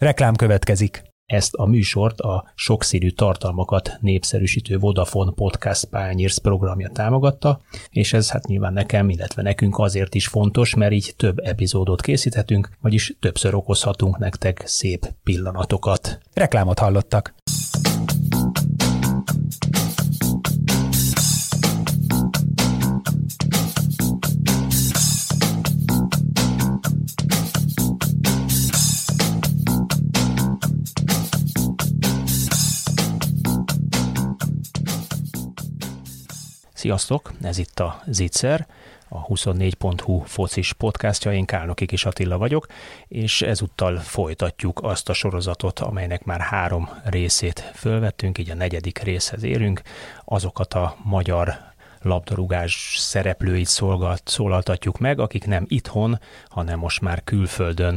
Reklám következik. Ezt a műsort a sokszínű tartalmakat népszerűsítő Vodafone Podcast Pioneers programja támogatta, és ez hát nyilván nekem, illetve nekünk azért is fontos, mert így több epizódot készíthetünk, vagyis többször okozhatunk nektek szép pillanatokat. Reklámot hallottak. Sziasztok, ez itt a Zicser, a 24.hu focis podcastja, én Kálnoki Kis Attila vagyok, és ezúttal folytatjuk azt a sorozatot, amelynek már 3 részét fölvettünk, így a 4. részhez érünk, azokat a magyar labdarúgás szereplőit szólaltatjuk meg, akik nem itthon, hanem most már külföldön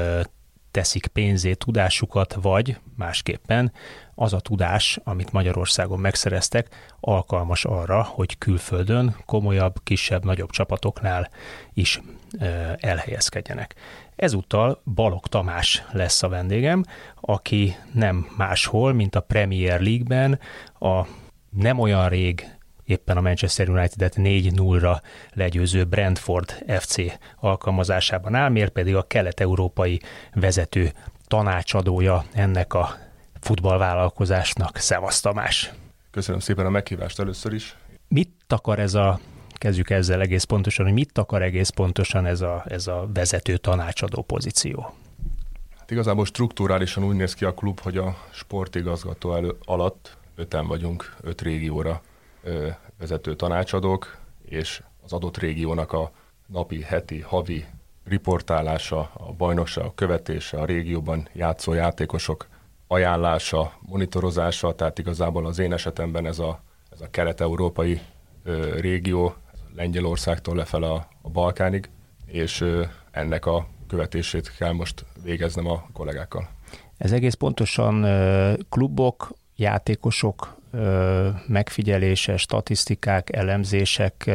teszik pénzé tudásukat, vagy másképpen az a tudás, amit Magyarországon megszereztek, alkalmas arra, hogy külföldön komolyabb, kisebb, nagyobb csapatoknál is elhelyezkedjenek. Ezúttal Balogh Tamás lesz a vendégem, aki nem máshol, mint a Premier League-ben a nem olyan rég éppen a Manchester United-et 4-0-ra legyőző Brentford FC alkalmazásában áll, miért pedig a kelet-európai vezető tanácsadója ennek a futballvállalkozásnak. Szevasz Tamás! Köszönöm szépen a meghívást először is. Mit akar kezdjük ezzel egész pontosan, hogy mit akar egész pontosan ez a vezető tanácsadó pozíció? Hát igazából strukturálisan úgy néz ki a klub, hogy a sportigazgató alatt 5-en vagyunk, 5 régióra vezető tanácsadók, és az adott régiónak a napi, heti, havi riportálása, a bajnokság követése, a régióban játszó játékosok ajánlása, monitorozása, tehát igazából az én esetemben ez a kelet-európai régió, Lengyelországtól lefele a Balkánig, és ennek a követését kell most végeznem a kollégákkal. Ez egész pontosan klubok, játékosok megfigyelése, statisztikák, elemzések,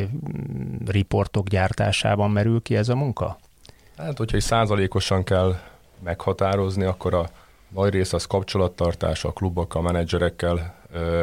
riportok gyártásában merül ki ez a munka? Hát, hogyha százalékosan kell meghatározni, akkor a nagy rész az kapcsolattartás a klubokkal, menedzserekkel,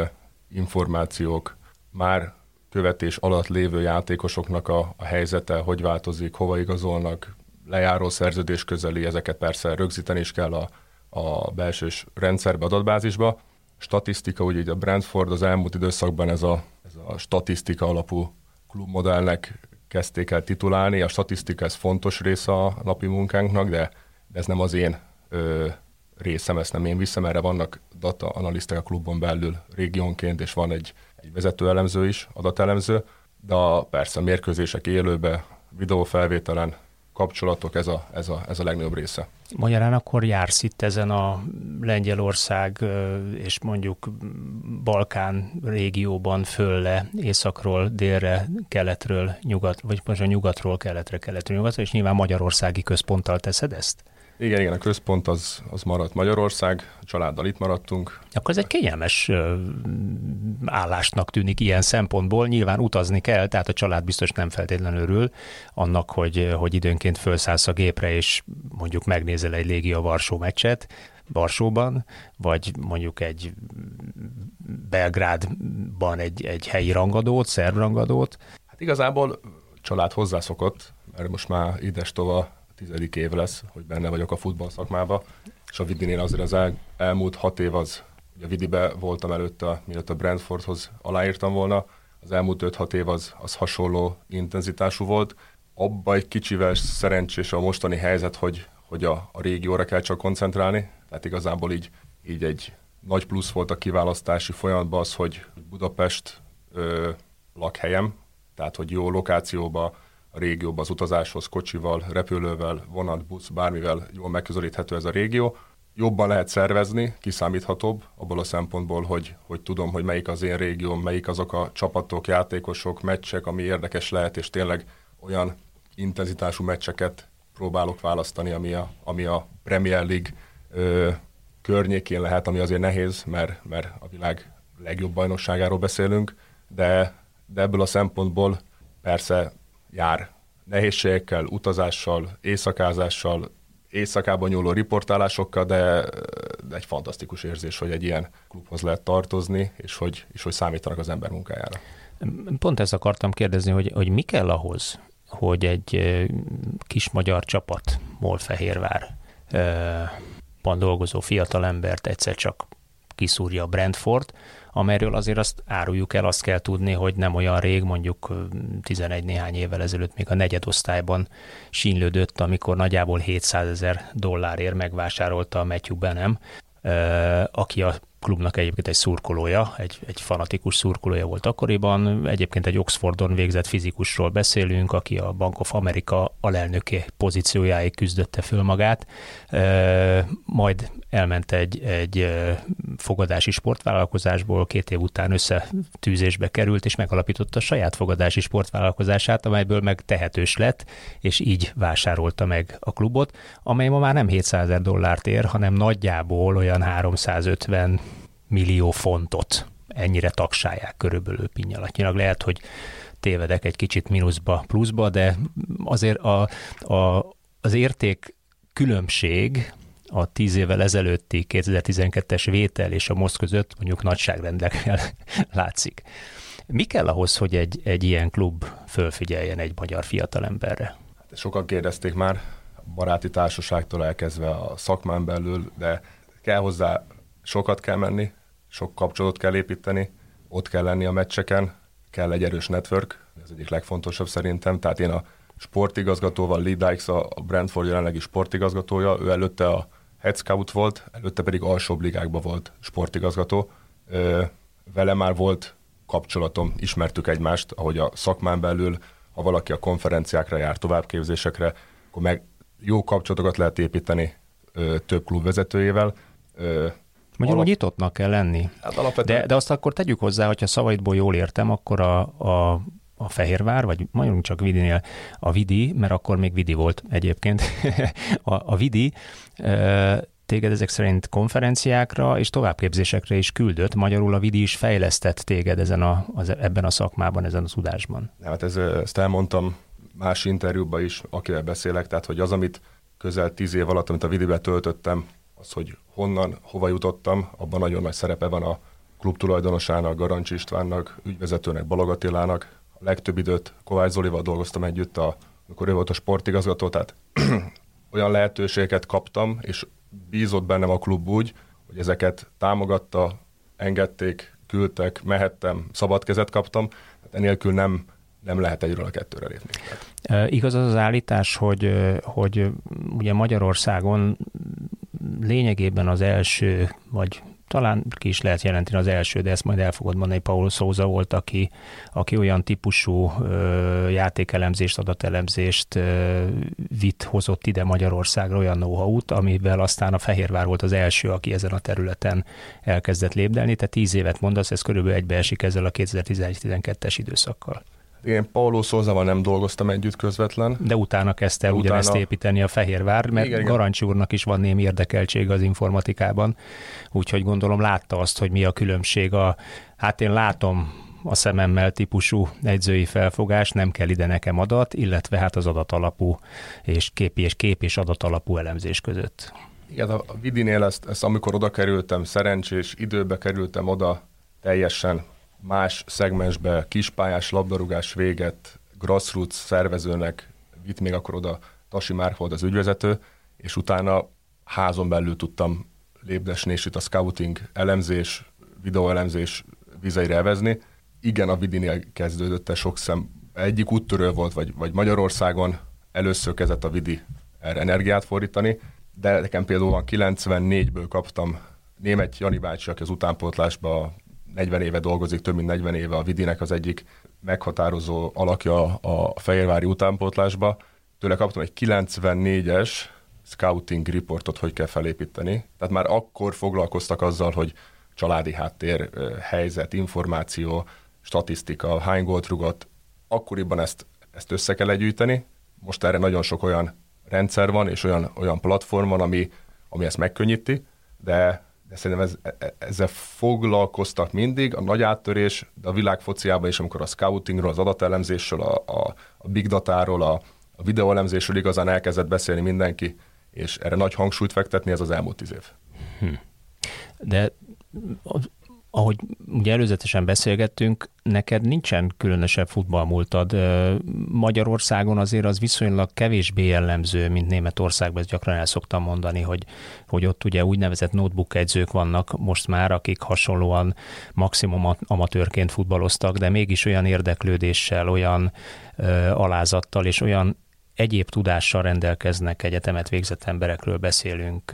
információk, már követés alatt lévő játékosoknak a helyzete, hogy változik, hova igazolnak, lejáró szerződés közeli, ezeket persze rögzíteni is kell a belsős rendszerbe, adatbázisba. Statisztika, ugye a Brentford az elmúlt időszakban ez a statisztika alapú klubmodellnek kezdték el titulálni. A statisztika ez fontos része a napi munkánknak, de ez nem az én részem, ezt nem én viszem, erre vannak data analisztek a klubon belül régiónként, és van egy vezetőelemző is, adatelemző, de persze mérkőzések élőbe, videófelvételen, kapcsolatok, ez a legnagyobb része. Magyarán akkor jársz itt ezen a Lengyelország és mondjuk Balkán régióban fölle, északról, délre, keletről, vagy most a nyugatról, keletre, keletről, nyugatra, és nyilván magyarországi központtal teszed ezt? Igen, a központ az maradt Magyarország, a családdal itt maradtunk. Akkor ez egy kényelmes állásnak tűnik ilyen szempontból. Nyilván utazni kell, tehát a család biztos nem feltétlenül örül annak, hogy időnként felszállsz a gépre, és mondjuk megnézel egy Légia Varsó meccset Varsóban, vagy mondjuk egy Belgrádban egy helyi rangadót, szerb rangadót. Hát igazából család hozzászokott, mert most már idestova 10. év lesz, hogy benne vagyok a futball szakmába, és a Vidinél azért az elmúlt 6 év az, ugye a Vidibe voltam előtte, mielőtt a Brentfordhoz aláírtam volna, az elmúlt 5-6 év az hasonló intenzitású volt. Abba egy kicsivel szerencsés a mostani helyzet, hogy a régióra kell csak koncentrálni, tehát igazából így egy nagy plusz volt a kiválasztási folyamatban az, hogy Budapest lakhelyem, tehát hogy jó lokációba, a régióban az utazáshoz kocsival, repülővel, vonat, busz, bármivel jól megközelíthető ez a régió. Jobban lehet szervezni, kiszámíthatóbb, abból a szempontból, hogy tudom, hogy melyik az én régióm, melyik azok a csapatok, játékosok, meccsek, ami érdekes lehet, és tényleg olyan intenzitású meccseket próbálok választani, ami a Premier League környékén lehet, ami azért nehéz, mert a világ legjobb bajnokságáról beszélünk, de ebből a szempontból persze jár nehézségekkel, utazással, éjszakázással, éjszakában nyúló riportálásokkal, de egy fantasztikus érzés, hogy egy ilyen klubhoz lehet tartozni, és hogy számítanak az ember munkájára. Pont ezt akartam kérdezni, hogy mi kell ahhoz, hogy egy kis magyar csapat, Mol-Fehérvárban dolgozó fiatalembert egyszer csak kiszúrja a Brentford, amelyről azért azt áruljuk el, azt kell tudni, hogy nem olyan rég, mondjuk 11 néhány évvel ezelőtt még a negyedosztályban sínlődött, amikor nagyjából $700,000 megvásárolta a Matthew Benham, aki a klubnak egyébként egy szurkolója, egy fanatikus szurkolója volt akkoriban. Egyébként egy Oxfordon végzett fizikusról beszélünk, aki a Bank of America alelnöke pozíciójáig küzdötte föl magát. Majd elment egy fogadási sportvállalkozásból, 2 év után összetűzésbe került, és megalapította a saját fogadási sportvállalkozását, amelyből meg tehetős lett, és így vásárolta meg a klubot, amely ma már nem $700,000 ér, hanem nagyjából olyan 350 millió fontot. Ennyire tagsálják körülbelül pinnyalaknyilag. Lehet, hogy tévedek egy kicsit mínuszba, pluszba, de azért az érték különbség a 10 évvel ezelőtti 2012-es vétel és a most között mondjuk nagyságrendekkel látszik. Mi kell ahhoz, hogy egy ilyen klub fölfigyeljen egy magyar fiatalemberre? Sokan kérdezték már, a baráti társaságtól elkezdve a szakmán belül, de kell hozzá, sokat kell menni, sok kapcsolatot kell építeni, ott kell lenni a meccseken, kell egy erős network, ez egyik legfontosabb szerintem, tehát én a sportigazgatóval, Lee Dykes, a Brentford jelenlegi sportigazgatója, ő előtte a head scout volt, előtte pedig alsóbb ligákban volt sportigazgató. Vele már volt kapcsolatom, ismertük egymást, ahogy a szakmán belül, ha valaki a konferenciákra jár, továbbképzésekre, akkor meg jó kapcsolatokat lehet építeni több klub vezetőjével. Mondjuk, hogy nyitottnak kell lenni. Hát de azt akkor tegyük hozzá, hogyha szavaidból jól értem, akkor a Fehérvár, vagy mondjuk csak Vidinél a Vidi, mert akkor még Vidi volt egyébként, a Vidi téged ezek szerint konferenciákra és továbbképzésekre is küldött, magyarul a Vidi is fejlesztett téged ebben a szakmában, ezen a tudásban. Hát ezt elmondtam más interjúban is, akivel beszélek, tehát hogy az, amit közel 10 év alatt, amit a Vidibe töltöttem, az, hogy honnan, hova jutottam, abban nagyon nagy szerepe van a klub tulajdonosának, Garancs Istvánnak, ügyvezetőnek, Balog Attilának. A legtöbb időt Kovács Zolival dolgoztam együtt, amikor ő volt a sportigazgató, tehát olyan lehetőségeket kaptam, és bízott bennem a klub úgy, hogy ezeket támogatta, engedték, küldtek, mehettem, szabad kezet kaptam, hát enélkül nem lehet egyről a kettőre lépni. Igaz az állítás, hogy ugye Magyarországon lényegében az első, vagy talán ki is lehet jelenteni az első, de ezt majd el fogod mondani, Paulo Sousa volt, aki olyan típusú játékelemzést, adatelemzést hozott ide Magyarországra, olyan know-how-t, amivel aztán a Fehérvár volt az első, aki ezen a területen elkezdett lépdelni. Te 10 évet mondasz, ez körülbelül egybeesik ezzel a 2011-12-es időszakkal. Én Paulo Sousával nem dolgoztam együtt közvetlen. De utána kezdte el ugyanezt építeni a Fehérvár, mert igen. Garancs úrnak is van némi érdekeltség az informatikában, úgyhogy gondolom látta azt, hogy mi a különbség. Hát én látom a szememmel típusú edzői felfogás, nem kell ide nekem adat, illetve hát az adatalapú és kép és adatalapú elemzés között. Igen, a Vidinél ezt amikor oda kerültem, szerencsés időbe kerültem oda, teljesen más szegmensbe, kispályás labdarúgás véget, grassroots szervezőnek vitt még akkor oda Tasi Márk volt az ügyvezető, és utána házon belül tudtam lépdesni, és itt a scouting elemzés, videóelemzés vizeire evezni. Igen, a Vidinél kezdődött egyik úttörő volt, vagy Magyarországon először kezdett a Vidi erre energiát fordítani, de nekem például 94-ből kaptam Németh Jani bácsi, aki az utánpótlásban 40 éve dolgozik, több mint 40 éve a Vidinek az egyik meghatározó alakja a fehérvári utánpótlásba. Tőle kaptam egy 94-es scouting reportot, hogy kell felépíteni. Tehát már akkor foglalkoztak azzal, hogy családi háttér, helyzet, információ, statisztika, hány gólt rugott. Akkoriban ezt össze kell gyűjteni. Most erre nagyon sok olyan rendszer van, és olyan platform van, ami ezt megkönnyíti, de szerintem ezzel foglalkoztak mindig, a nagy áttörés, de a világ fociában is, amikor a scoutingról, az adatelemzésről, a big datáról, a videóelemzésről igazán elkezdett beszélni mindenki és erre nagy hangsúlyt fektetni, ez az elmúlt 10 év. De ahogy ugye előzetesen beszélgettünk, neked nincsen különösebb futballmúltad. Magyarországon azért az viszonylag kevésbé jellemző, mint Németországban, ezt gyakran el szoktam mondani, hogy ott ugye úgynevezett notebook edzők vannak most már, akik hasonlóan maximum amatőrként futballoztak, de mégis olyan érdeklődéssel, olyan alázattal és olyan egyéb tudással rendelkeznek, egyetemet végzett emberekről beszélünk,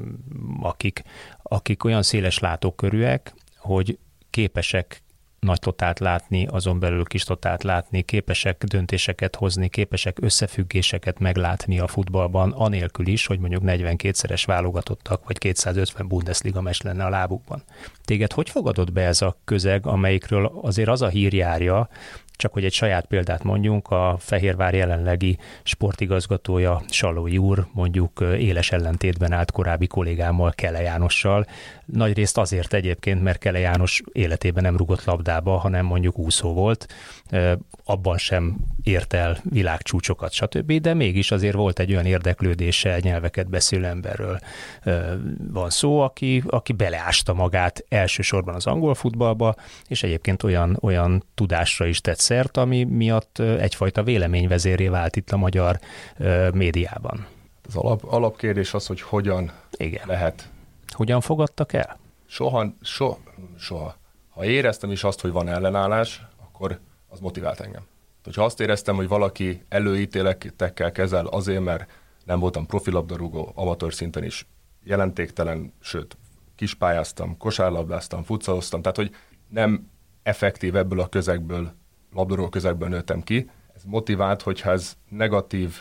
akik olyan széles látókörűek, hogy képesek nagy totált látni, azon belül kis totált látni, képesek döntéseket hozni, képesek összefüggéseket meglátni a futballban, anélkül is, hogy mondjuk 42-szeres válogatottak, vagy 250 Bundesliga meccs lenne a lábukban. Téged hogy fogadott be ez a közeg, amelyikről azért az a hír járja, csak hogy egy saját példát mondjunk, a Fehérvár jelenlegi sportigazgatója, Salói úr, mondjuk éles ellentétben állt korábbi kollégámmal, Kele Jánossal. Nagyrészt azért egyébként, mert Kele János életében nem rugott labdába, hanem mondjuk úszó volt. Abban sem ért el világcsúcsokat, stb., de mégis azért volt egy olyan érdeklődése, nyelveket beszélő emberről van szó, aki beleásta magát elsősorban az angol futballba, és egyébként olyan tudásra is tett szert, ami miatt egyfajta véleményvezérré vált itt a magyar médiában. Az alapkérdés az, hogy hogyan lehet. Hogyan fogadtak el? Soha. Ha éreztem is azt, hogy van ellenállás, akkor az motivált engem. Ha azt éreztem, hogy valaki előítéletekkel kezel azért, mert nem voltam profilabdarúgó, amatőr szinten is jelentéktelen, sőt, kispályáztam, kosárlabdáztam, futszaloztam, tehát hogy nem effektív ebből a közegből, labdarúgó közegből nőttem ki. Ez motivált, hogyha ez negatív,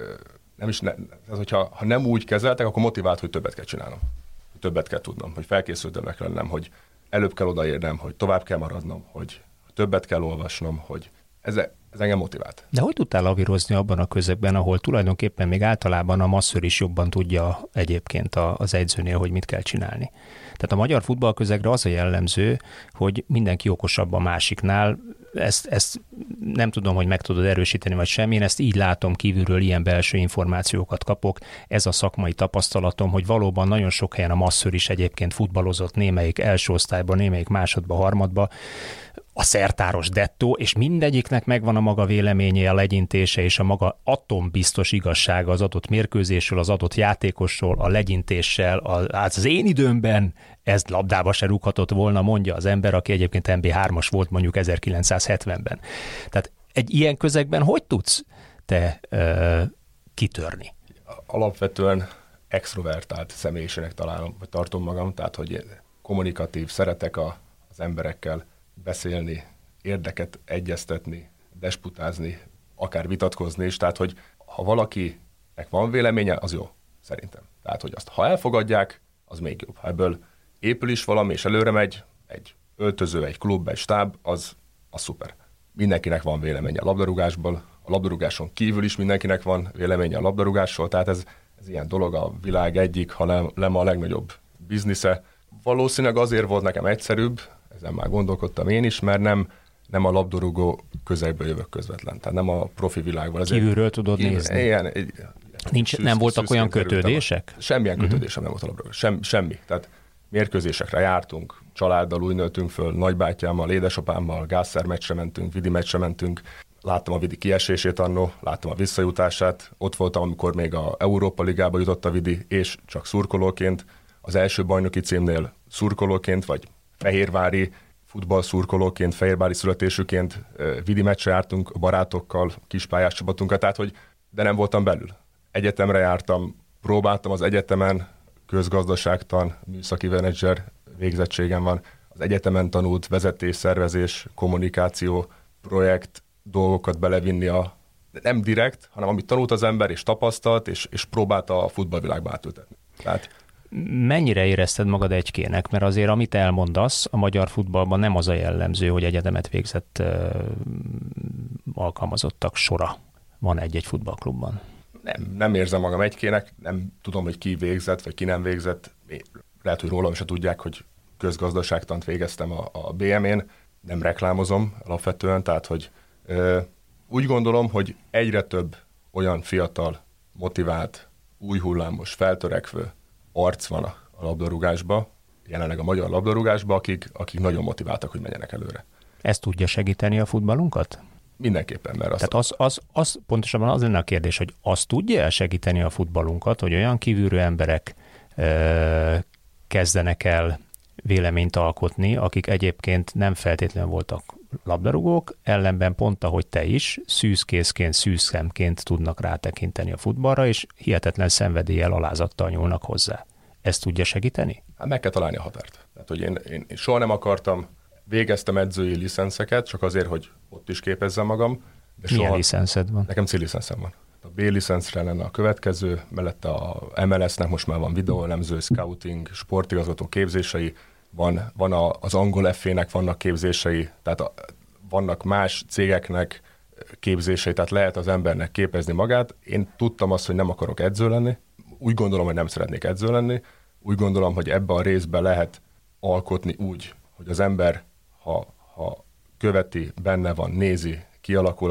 ha nem úgy kezeltek, akkor motivált, hogy többet kell csinálnom, hogy többet kell tudnom, hogy felkészültebbnek lennem, hogy előbb kell odaérnem, hogy tovább kell maradnom, hogy többet kell olvasnom, hogy ez engem motivált. De hogy tudtál lavírozni abban a közegben, ahol tulajdonképpen még általában a masször is jobban tudja egyébként az edzőnél, hogy mit kell csinálni? Tehát a magyar futballközegre az a jellemző, hogy mindenki okosabb a másiknál. Ezt nem tudom, hogy meg tudod erősíteni, vagy sem. Én ezt így látom kívülről, ilyen belső információkat kapok. Ez a szakmai tapasztalatom, hogy valóban nagyon sok helyen a masször is egyébként futballozott, némelyik első osztályban, némelyik másodba, harmadba, a szertáros dettó, és mindegyiknek megvan a maga véleménye, a legyintése és a maga atombiztos igazsága az adott mérkőzésről, az adott játékosról, a legyintéssel, az én időmben ez labdába se rúghatott volna, mondja az ember, aki egyébként MB3-as volt mondjuk 1970-ben. Tehát egy ilyen közegben hogy tudsz te kitörni? Alapvetően extrovertált személyiségnek tartom magam, tehát hogy kommunikatív, szeretek az emberekkel beszélni, érdeket egyeztetni, desputázni, akár vitatkozni is, tehát hogy ha valakinek van véleménye, az jó, szerintem. Tehát, hogy azt ha elfogadják, az még jobb. Ha ebből épül is valami, és előre megy, egy öltöző, egy klub, egy stáb, az szuper. Mindenkinek van véleménye a labdarúgásból, a labdarúgáson kívül is mindenkinek van véleménye a labdarúgásról, tehát ez ilyen dolog, a világ egyik, ha nem a legnagyobb biznisze. Valószínűleg azért volt nekem egyszerűbb, ezen már gondolkodtam én is, mert nem a labdarúgó közegből jövök közvetlen, tehát nem a profi világban. Kívülről tudod nézni. Ilyen, nem voltak olyan kötődések? Semmilyen kötődésem nem volt a labdarúgó. Semmi. Tehát mérkőzésekre jártunk, családdal úgy nőttünk föl, nagybátyámmal, édesapámmal, Gászer meccsre mentünk, Vidi meccsre mentünk, láttam a Vidi kiesését annó, láttam a visszajutását, ott voltam, amikor még a Európa Ligába jutott a Vidi, és csak szurkolóként, az első bajnoki címnél szurkolóként, vagy fehérvári futballszurkolóként, fehérvári születésűként Vidi meccsre jártunk a barátokkal, kispályás csapatunkat, tehát hogy de nem voltam belül. Egyetemre jártam, próbáltam az egyetemen, közgazdaságtan, műszaki menedzser végzettségem van, az egyetemen tanult vezetés, szervezés, kommunikáció, projekt dolgokat belevinni nem direkt, hanem amit tanult az ember, és tapasztalt, és próbálta a futballvilágba átültetni. Tehát mennyire érezted magad egykének? Mert azért, amit elmondasz, a magyar futballban nem az a jellemző, hogy egyetemet végzett alkalmazottak sora van egy-egy futballklubban. Nem érzem magam egykének, nem tudom, hogy ki végzett, vagy ki nem végzett. Lehet, hogy rólam se tudják, hogy közgazdaságtant végeztem a BM-én, nem reklámozom alapvetően, tehát hogy úgy gondolom, hogy egyre több olyan fiatal, motivált, új hullámos, feltörekvő arc van a labdarúgásba, jelenleg a magyar labdarúgásba, akik nagyon motiváltak, hogy menjenek előre. Ez tudja segíteni a futballunkat? Mindenképpen, mert Tehát az pontosabban az lenne a kérdés, hogy azt tudja segíteni a futballunkat, hogy olyan kívülről emberek kezdenek el véleményt alkotni, akik egyébként nem feltétlenül voltak labdarúgók, ellenben pont ahogy te is, szűzkészként, szűzszemként tudnak rátekinteni a futballra, és hihetetlen szenvedéllyel, alázattal nyúlnak hozzá. Ezt tudja segíteni? Hát meg kell találni a határt. Tehát, hogy én soha nem akartam, végeztem edzői licenszeket, csak azért, hogy ott is képezzem magam. De milyen licenszed van? Nekem C-licenszem van. A B-licencre lenne a következő, mellette a MLS-nek most már van videóelemző, scouting, sportigazgató képzései, van az angol FA-nek vannak képzései, tehát vannak más cégeknek képzései, tehát lehet az embernek képezni magát. Én tudtam azt, hogy nem akarok edző lenni, úgy gondolom, hogy nem szeretnék edző lenni, úgy gondolom, hogy ebbe a részbe lehet alkotni úgy, hogy az ember, ha követi, benne van, nézi, kialakul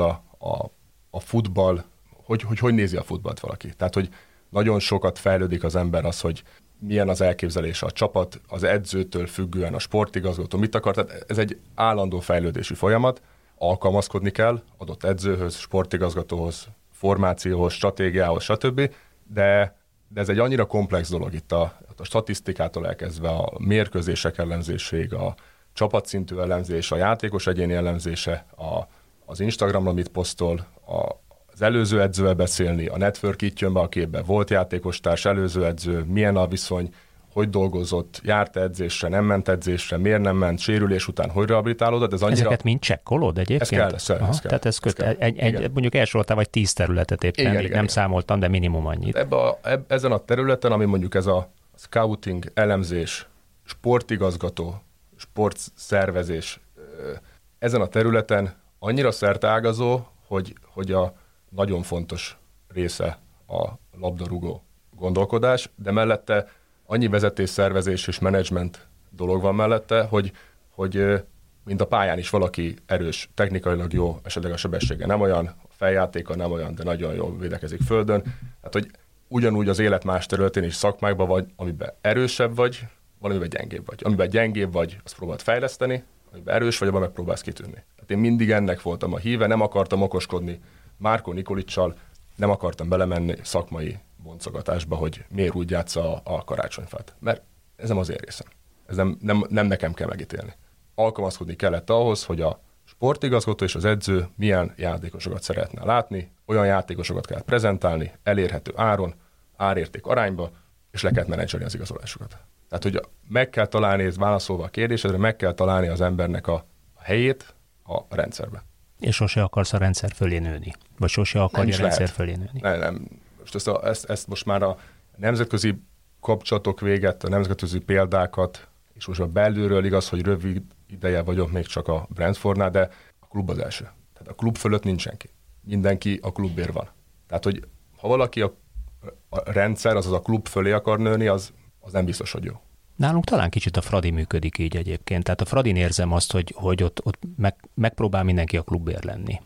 a futball, hogy nézi a futballt valaki. Tehát, hogy nagyon sokat fejlődik az ember az, hogy milyen az elképzelése a csapat, az edzőtől függően a sportigazgató mit akar. Tehát ez egy állandó fejlődési folyamat, alkalmazkodni kell adott edzőhöz, sportigazgatóhoz, formációhoz, stratégiához, stb. De ez egy annyira komplex dolog itt a statisztikától elkezdve a mérkőzések elemzéséig, a csapatszintű elemzés, a játékos egyéni elemzése, az Instagramra mit posztol, az előző edzővel beszélni, a network itt jön be a képbe, volt játékostárs, előző edző, milyen a viszony, hogy dolgozott, járt edzésre, nem ment edzésre, miért nem ment, sérülés után hogy rehabilitálódott. Ezeket mind csekkolod egyébként? Ez kell. Tehát ez mondjuk elsoroltál vagy 10 területet éppen, igen, nem számoltam, de minimum annyit. Ezen a területen, ami mondjuk ez a scouting, elemzés, sportigazgató, sportszervezés, ezen a területen annyira szerteágazó, hogy a nagyon fontos része a labdarúgó gondolkodás, de mellette annyi vezetésszervezés és menedzsment dolog van mellette, hogy mint a pályán is valaki erős, technikailag jó, esetleg a sebessége nem olyan, a feljátéka nem olyan, de nagyon jól védekezik földön. Tehát, hogy ugyanúgy az élet más területén is szakmákban vagy, amiben erősebb vagy, valamiben gyengébb vagy. Amiben gyengébb vagy, azt próbáld fejleszteni, amiben erős vagy, abban megpróbálsz kitűnni. Tehát én mindig ennek voltam a híve, nem akartam okoskodni Márkó Nikolicsal, nem akartam belemenni szakmai boncogatásba, hogy miért úgy játsza a karácsonyfát. Mert ez nem az én részem. Ez nem nekem kell megítélni. Alkalmazkodni kellett ahhoz, hogy a sportigazgató és az edző milyen játékosokat szeretne látni, olyan játékosokat kell prezentálni, elérhető áron, árérték arányba, és le kell menedzselni az igazolásokat. Tehát, hogy meg kell találni, ez válaszolva a kérdésedre, meg kell találni az embernek a helyét a rendszerbe. És sose akarsz a rendszer fölé nőni? Vagy sose akarja a rendszer fölé nőni? Nem. Most ezt most már a nemzetközi kapcsolatok véget, a nemzetközi példákat, és most a belülről igaz, hogy rövid ideje vagyok még csak a Brentfordnál, de a klub az első. Tehát a klub fölött nincs senki. Mindenki a klubért van. Tehát, hogy ha valaki a rendszer, azaz a klub fölé akar nőni, az nem biztos, hogy jó. Nálunk talán kicsit a Fradi működik így egyébként. Tehát a Fradin érzem azt, hogy ott megpróbál mindenki a klubért lenni.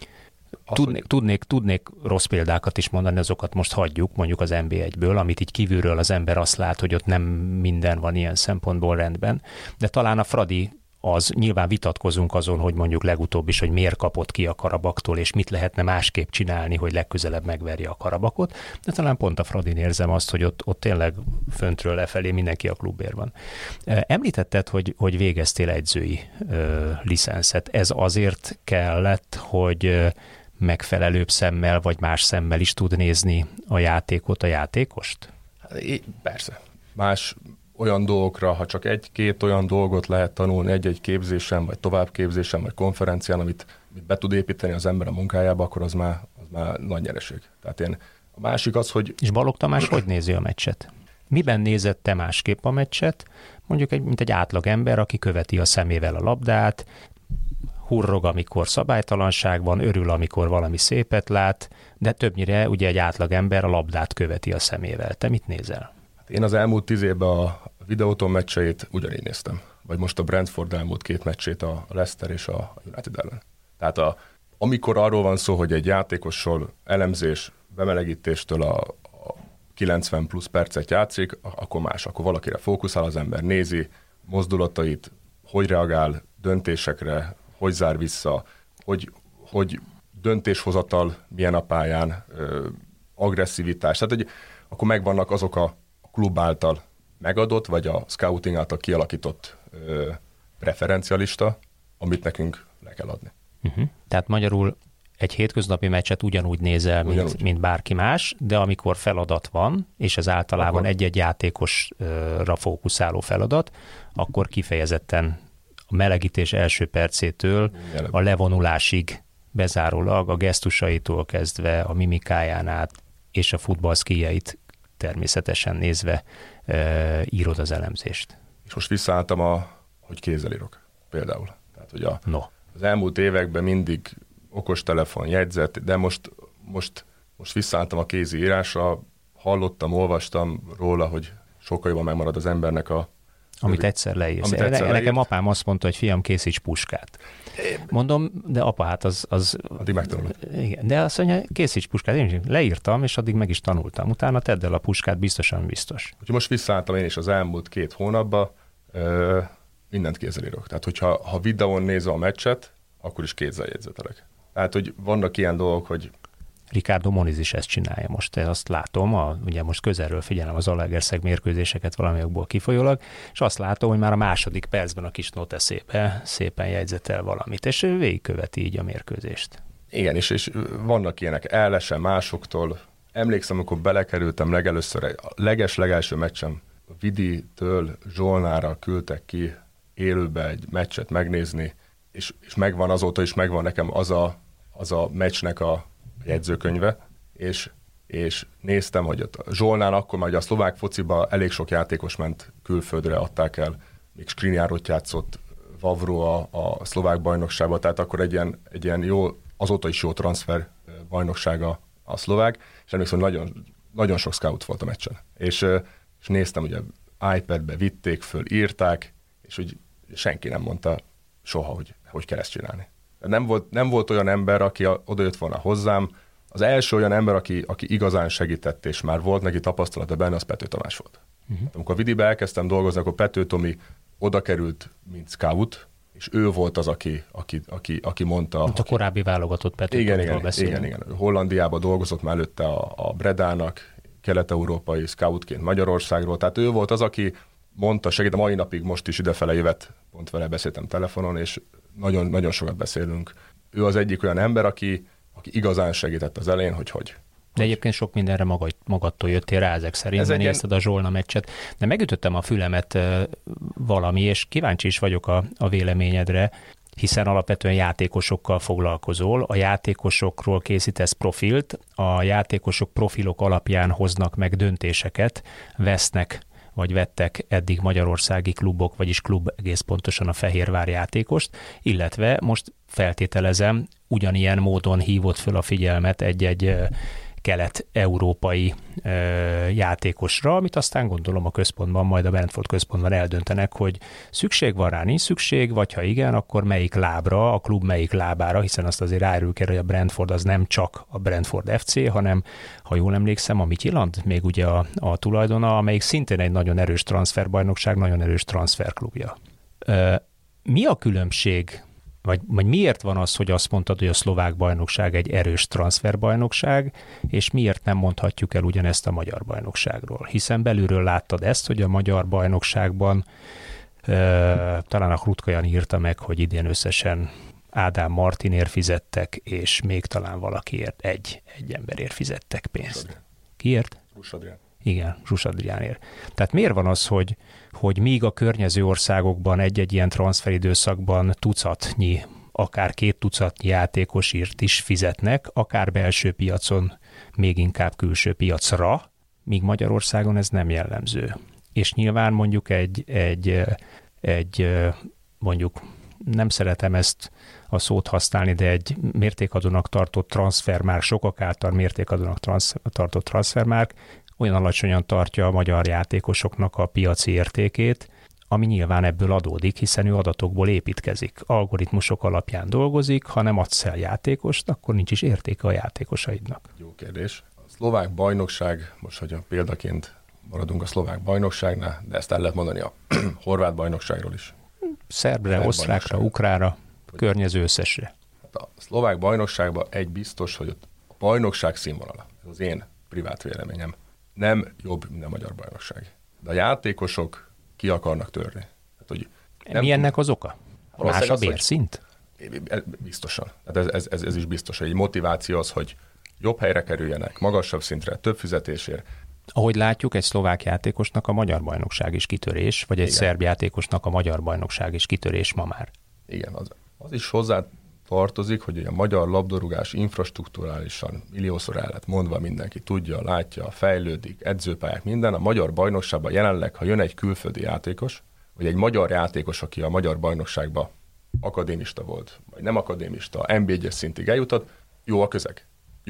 Tudnék rossz példákat is mondani, azokat most hagyjuk, mondjuk az NB1-ből, amit így kívülről az ember azt lát, hogy ott nem minden van ilyen szempontból rendben, de talán a Fradi az, nyilván vitatkozunk azon, hogy mondjuk legutóbb is, hogy miért kapott ki a Karabaktól, és mit lehetne másképp csinálni, hogy legközelebb megverje a Karabakot, de talán pont a Fradin érzem azt, hogy ott tényleg föntről lefelé mindenki a klubért van. Említetted, hogy végeztél edzői licenszet. Ez azért kellett, hogy megfelelőbb szemmel, vagy más szemmel is tud nézni a játékot, a játékost? Persze. Más olyan dolgokra, ha csak egy-két olyan dolgot lehet tanulni egy-egy képzésen, vagy továbbképzésen, vagy konferencián, amit be tud építeni az ember a munkájába, akkor az már nagy nyereség. Tehát a másik az, hogy... És Balogh Tamás hogy nézi a meccset? Miben nézed te másképp a meccset? Mondjuk mint egy átlag ember, aki követi a szemével a labdát, hurrog, amikor szabálytalanság van, örül, amikor valami szépet lát, de többnyire ugye egy átlag ember a labdát követi a szemével. Te mit nézel? Én az elmúlt 10 évben a Videóton meccseit ugyanígy néztem. Vagy most a Brentford elmúlt 2 meccsét a Leicester és a United ellen. Tehát amikor arról van szó, hogy egy játékosról elemzés, bemelegítéstől a 90 plusz percet játszik, akkor más, akkor valakire fókuszál, az ember nézi, mozdulatait, hogy reagál döntésekre, hogy zár vissza, hogy döntéshozatal milyen a pályán, agresszivitás. Tehát, hogy akkor megvannak azok a klub által megadott, vagy a scouting által kialakított preferencialista, amit le kell adni. Tehát magyarul egy hétköznapi meccset ugyanúgy nézel, mint bárki más, de amikor feladat van, és ez általában egy-egy játékosra fókuszáló feladat, akkor kifejezetten a melegítés első percétől a levonulásig bezárólag a gesztusaitól kezdve a mimikáján át és a futballszkijeit természetesen nézve írod az elemzést. És most visszaálltam, hogy kézzel írok például. Tehát, hogy az elmúlt években mindig okostelefon, jegyzet, de most visszaálltam a kézi írásra, hallottam, olvastam róla, hogy sokkal jobban megmarad az embernek amit egyszer leírsz. Nekem apám azt mondta, hogy fiam, készíts puskát. Mondom, de apa, hát az... Addig megtanulod. Igen, de azt mondja, készíts puskát. Én leírtam, és addig meg is tanultam. Utána tedd el a puskát, biztosan biztos. Úgyhogy most visszaálltam én is az elmúlt 2 hónapban, mindent kézzel írok. Tehát, hogyha videón nézem a meccset, akkor is kézzel jegyzetelek. Tehát, hogy vannak ilyen dolgok, hogy... Ricardo Moniz is ezt csinálja most, azt látom, ugye most közelről figyelem az Zalaegerszeg mérkőzéseket valamiokból kifolyólag, és azt látom, hogy már a második percben a kis noteszébe szépen jegyzetel valamit, és ő végigköveti így a mérkőzést. Igen, és vannak ilyenek, ellesen másoktól. Emlékszem, amikor belekerültem legelőször, a legelső meccsem, a Viditől Zsolnára küldtek ki élőbe egy meccset megnézni, és megvan azóta is megvan nekem az a meccsnek a jegyzőkönyve, és néztem, hogy a Zsolnán akkor már a szlovák fociba elég sok játékos ment külföldre, adták el, még Skriniarot játszott, Vavro a szlovák bajnokságba, tehát akkor egy ilyen jó, azóta is jó transfer bajnoksága a szlovák, és emlékszem, hogy nagyon, nagyon sok scout volt a meccsen. És néztem, hogy iPad-be vitték föl, írták, és hogy senki nem mondta soha, hogy kell ezt csinálni. Nem volt olyan ember, aki odajött volna hozzám. Az első olyan ember, aki igazán segített, és már volt neki tapasztalata benne, az Pető Tamás volt. Amikor a Vidibe elkezdtem dolgozni, akkor Pető Tomi oda került, mint scout, és ő volt az, aki mondta... A korábbi válogatott Pető Tomiról beszélünk. Igen. Hollandiában dolgozott már előtte a Bredának, kelet-európai scoutként Magyarországról, tehát ő volt az, aki mondta, segít, a mai napig most is idefele jövet, pont vele beszéltem telefonon, és nagyon, nagyon sokat beszélünk. Ő az egyik olyan ember, aki igazán segített az elején, hogy. De egyébként sok mindenre magadtól jöttél rá ezek szerint, mert nézted a Zsolna meccset. De megütöttem a fülemet valami, és kíváncsi is vagyok a véleményedre, hiszen alapvetően játékosokkal foglalkozol, a játékosokról készítesz profilt, a játékosok profilok alapján hoznak meg döntéseket, vesznek vagy vettek eddig magyarországi klubok, vagyis klub egész pontosan a Fehérvár játékost, illetve most feltételezem, ugyanilyen módon hívott föl a figyelmet egy kelet-európai játékosra, amit aztán gondolom a központban, majd a Brentford központban eldöntenek, hogy szükség van rá, nincs szükség, vagy ha igen, akkor melyik lábra, a klub melyik lábára, hiszen azt azért rájárul kell, hogy a Brentford az nem csak a Brentford FC, hanem, ha jól emlékszem, a Midtjylland, még ugye a tulajdona, amelyik szintén egy nagyon erős transferbajnokság, nagyon erős transferklubja. Mi a különbség, vagy miért van az, hogy azt mondtad, hogy a szlovák bajnokság egy erős transferbajnokság, és miért nem mondhatjuk el ugyanezt a magyar bajnokságról? Hiszen belülről láttad ezt, hogy a magyar bajnokságban talán a Hrutkajan írta meg, hogy idén összesen Ádám Martinért fizettek, és még talán valakiért egy emberért fizettek pénzt. Kiért? Russ Adrián. Igen, Russ Adriánért. Tehát miért van az, hogy míg a környező országokban egy-egy ilyen transferidőszakban tucatnyi, akár 2 tucatnyi játékosért is fizetnek, akár belső piacon, még inkább külső piacra, míg Magyarországon ez nem jellemző. És nyilván mondjuk egy mondjuk nem szeretem ezt a szót használni, de egy mértékadónak tartott transfermárk, sokak által mértékadónak tartott transfermárk olyan alacsonyan tartja a magyar játékosoknak a piaci értékét, ami nyilván ebből adódik, hiszen ő adatokból építkezik, algoritmusok alapján dolgozik, ha nem adsz el játékost, akkor nincs is értéke a játékosaidnak. Jó kérdés. szlovák bajnokság, most hogy a példaként maradunk a szlovák bajnokságnál, de ezt el lehet mondani a horvát bajnokságról is. Szerbre, osztrákra, ukrára, környező összesre. Hát a szlovák bajnokságban egy biztos, hogy a bajnokság színvonala, ez az én privát véleményem, nem jobb, mint a magyar bajnokság. De a játékosok ki akarnak törni. Hát, hogy mi ennek az oka? Más a bérszint? Biztosan. Hát ez is biztos, hogy egy motiváció az, hogy jobb helyre kerüljenek, magasabb szintre, több fizetésért. Ahogy látjuk, egy szlovák játékosnak a magyar bajnokság is kitörés, vagy egy szerb játékosnak a magyar bajnokság is kitörés ma már. Igen, az is hozzá tartozik, hogy a magyar labdarúgás infrastrukturálisan milliószor el lett mondva, mindenki tudja, látja, fejlődik, edzőpályák, minden. A magyar bajnokságban jelenleg, ha jön egy külföldi játékos, vagy egy magyar játékos, aki a magyar bajnokságban akadémista volt, vagy nem akadémista, NB1-es szintig eljutott, jó a közeg,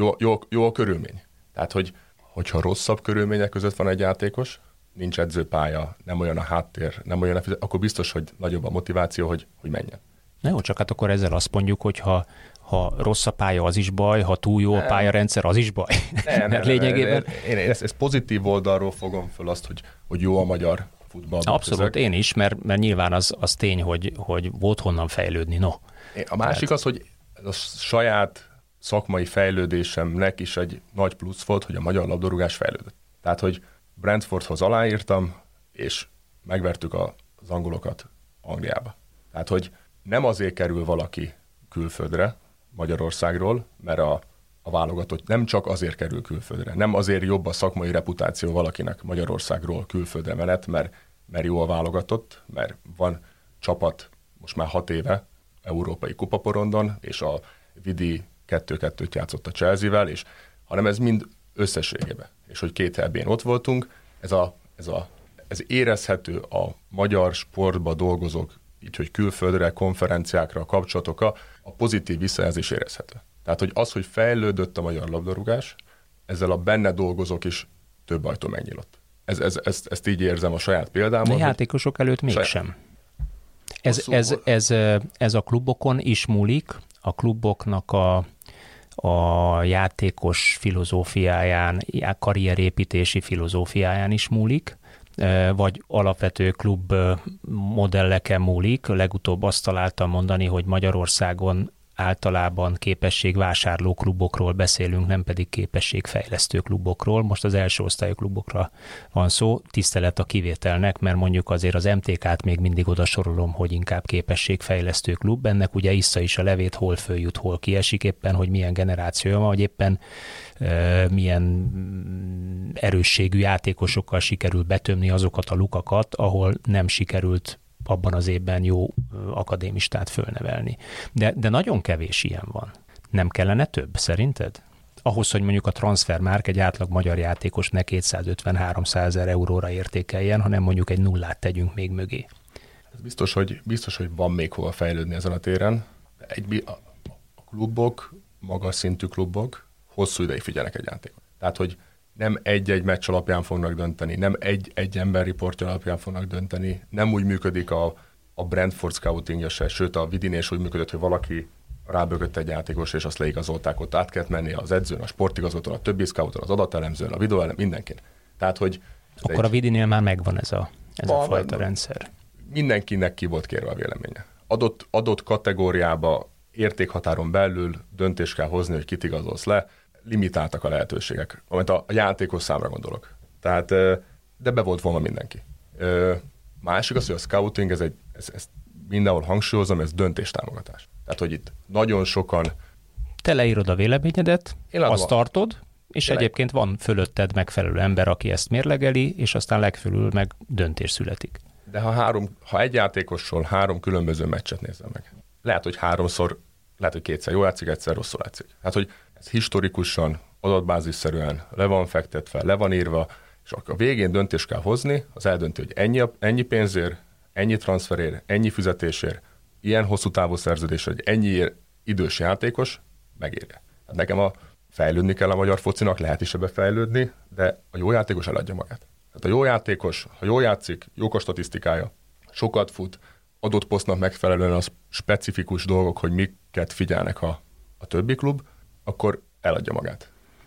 jó a körülmény. Tehát, hogyha rosszabb körülmények között van egy játékos, nincs edzőpálya, nem olyan a háttér, nem olyan a fizet, akkor biztos, hogy nagyobb a motiváció, hogy menjen. Na jó, csak hát akkor ezzel azt mondjuk, hogy ha rossz a pálya, az is baj, ha túl jó a pályarendszer, az is baj. Nem, lényegében... Én ezt pozitív oldalról fogom föl azt, hogy jó a magyar futball. Abszolút, én is, mert nyilván az tény, hogy volt honnan fejlődni, no. A másik az, hogy a saját szakmai fejlődésemnek is egy nagy plusz volt, hogy a magyar labdarúgás fejlődött. Tehát, hogy Brentfordhoz aláírtam, és megvertük az angolokat Angliába. Tehát, hogy nem azért kerül valaki külföldre Magyarországról, mert a válogatott nem csak azért kerül külföldre, nem azért jobb a szakmai reputáció valakinek Magyarországról külföldre menet, mert jó a válogatott, mert van csapat most már 6 éve európai kupaporondon, és a Vidi 2-2-t játszott a Chelsea-vel, hanem ez mind összességében. És hogy 2 EB-n ott voltunk, ez érezhető a magyar sportba dolgozók, így, hogy külföldre, konferenciákra, kapcsolatokra, a pozitív visszajelzés érezhető. Tehát, hogy az, hogy fejlődött a magyar labdarúgás, ezzel a benne dolgozók is több ajtó megnyílott. Ezt így érzem a saját példámon. De játékosok előtt mégsem. Ez a klubokon is múlik, a kluboknak a játékos filozófiáján, karrierépítési filozófiáján is múlik, vagy alapvető klub modelleken múlik. Legutóbb azt találtam mondani, hogy Magyarországon általában képességvásárló klubokról beszélünk, nem pedig képességfejlesztő klubokról. Most az első osztályú klubokra van szó, tisztelet a kivételnek, mert mondjuk azért az MTK-t még mindig oda sorolom, hogy inkább képességfejlesztő klub. Ennek ugye issza is a levét, hol följut, hol kiesik éppen, hogy milyen generációja van, hogy éppen milyen erősségű játékosokkal sikerül betömni azokat a lukakat, ahol nem sikerült abban az évben jó akadémistát fölnevelni. De nagyon kevés ilyen van. Nem kellene több, szerinted? Ahhoz, hogy mondjuk a transfermárk egy átlag magyar játékos ne 250-300 000 euróra értékeljen, hanem mondjuk egy nullát tegyünk még mögé. Ez biztos, hogy van még hova fejlődni ezen a téren. A klubok, magas szintű klubok hosszú ideig figyelnek egy játékot. Tehát, hogy nem egy-egy meccs alapján fognak dönteni, nem egy ember riportja alapján fognak dönteni, nem úgy működik a Brentford scoutingja se, sőt a Vidin is úgy működött, hogy valaki rábögött egy játékos, és azt leigazolták, ott át kellett menni az edzőn, a sportigazgatón, a többi scouton, az adatelemzőn, a videóelem, mindenkin. Tehát, hogy akkor a Vidinél már megvan ez a fajta rendszer. Mindenkinek ki volt kérve a véleménye. Adott kategóriába, értékhatáron belül döntést kell hozni, hogy kit igazolsz le, limitáltak a lehetőségek, amit a játékos számra gondolok. Tehát, de be volt volna mindenki. Másik az, hogy a scouting, ezt mindenhol hangsúlyozom, ez döntéstámogatás. Tehát, hogy itt nagyon sokan... Te leírod a véleményedet, azt tartod, és egyébként van fölötted megfelelő ember, aki ezt mérlegeli, és aztán legfölül meg döntés születik. De ha egy játékosról 3 különböző meccset nézel meg, lehet, hogy 3-szor, lehet, hogy 2-szer jól játszik, egyszer rosszul játszik. Hát, hogy ez historikusan, adatbázisszerűen le van fektetve, le van írva, és a végén döntést kell hozni, az eldönti, hogy ennyi pénzért, ennyi transferért, ennyi fizetésért, ilyen hosszú távú szerződés, hogy ennyi idős játékos megérje. Hát nekem fejlődni kell a magyar focinak, lehet is ebbe fejlődni, de a jó játékos eladja magát. Tehát a jó játékos, ha jól játszik, jók a statisztikája, sokat fut, adott posztnak megfelelően az specifikus dolgok, hogy miket figyelnek a többi klub, akkor eladja magát.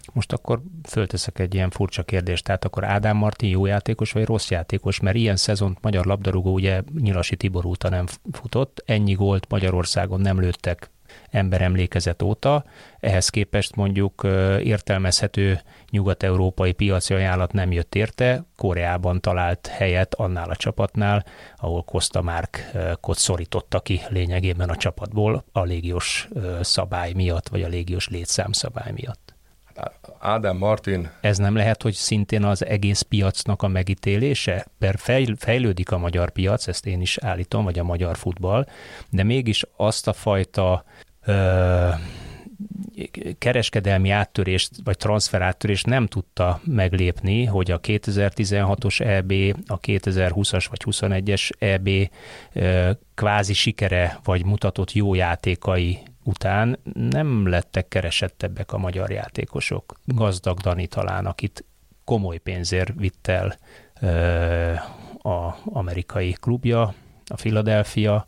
Most akkor fölteszek egy ilyen furcsa kérdést, tehát akkor Ádám Martin jó játékos vagy rossz játékos, mert ilyen szezont magyar labdarúgó ugye Nyilasi Tibor óta nem futott, ennyi gólt Magyarországon nem lőttek emberemlékezet óta, ehhez képest mondjuk értelmezhető nyugat-európai piaci ajánlat nem jött érte, Koreában talált helyet annál a csapatnál, ahol Costa Márkot szorította ki lényegében a csapatból a légiós szabály miatt, vagy a légiós létszám szabály miatt. Ádám Martin... Ez nem lehet, hogy szintén az egész piacnak a megítélése? Fejlődik a magyar piac, ezt én is állítom, vagy a magyar futball, de mégis azt a fajta kereskedelmi áttörést, vagy transferáttörést nem tudta meglépni, hogy a 2016-os EB, a 2020-as vagy 21-es EB kvázi sikere, vagy mutatott jó játékai után nem lettek keresettebbek a magyar játékosok. Gazdag Dani talán, akit komoly pénzért vitt el az amerikai klubja, a Philadelphia.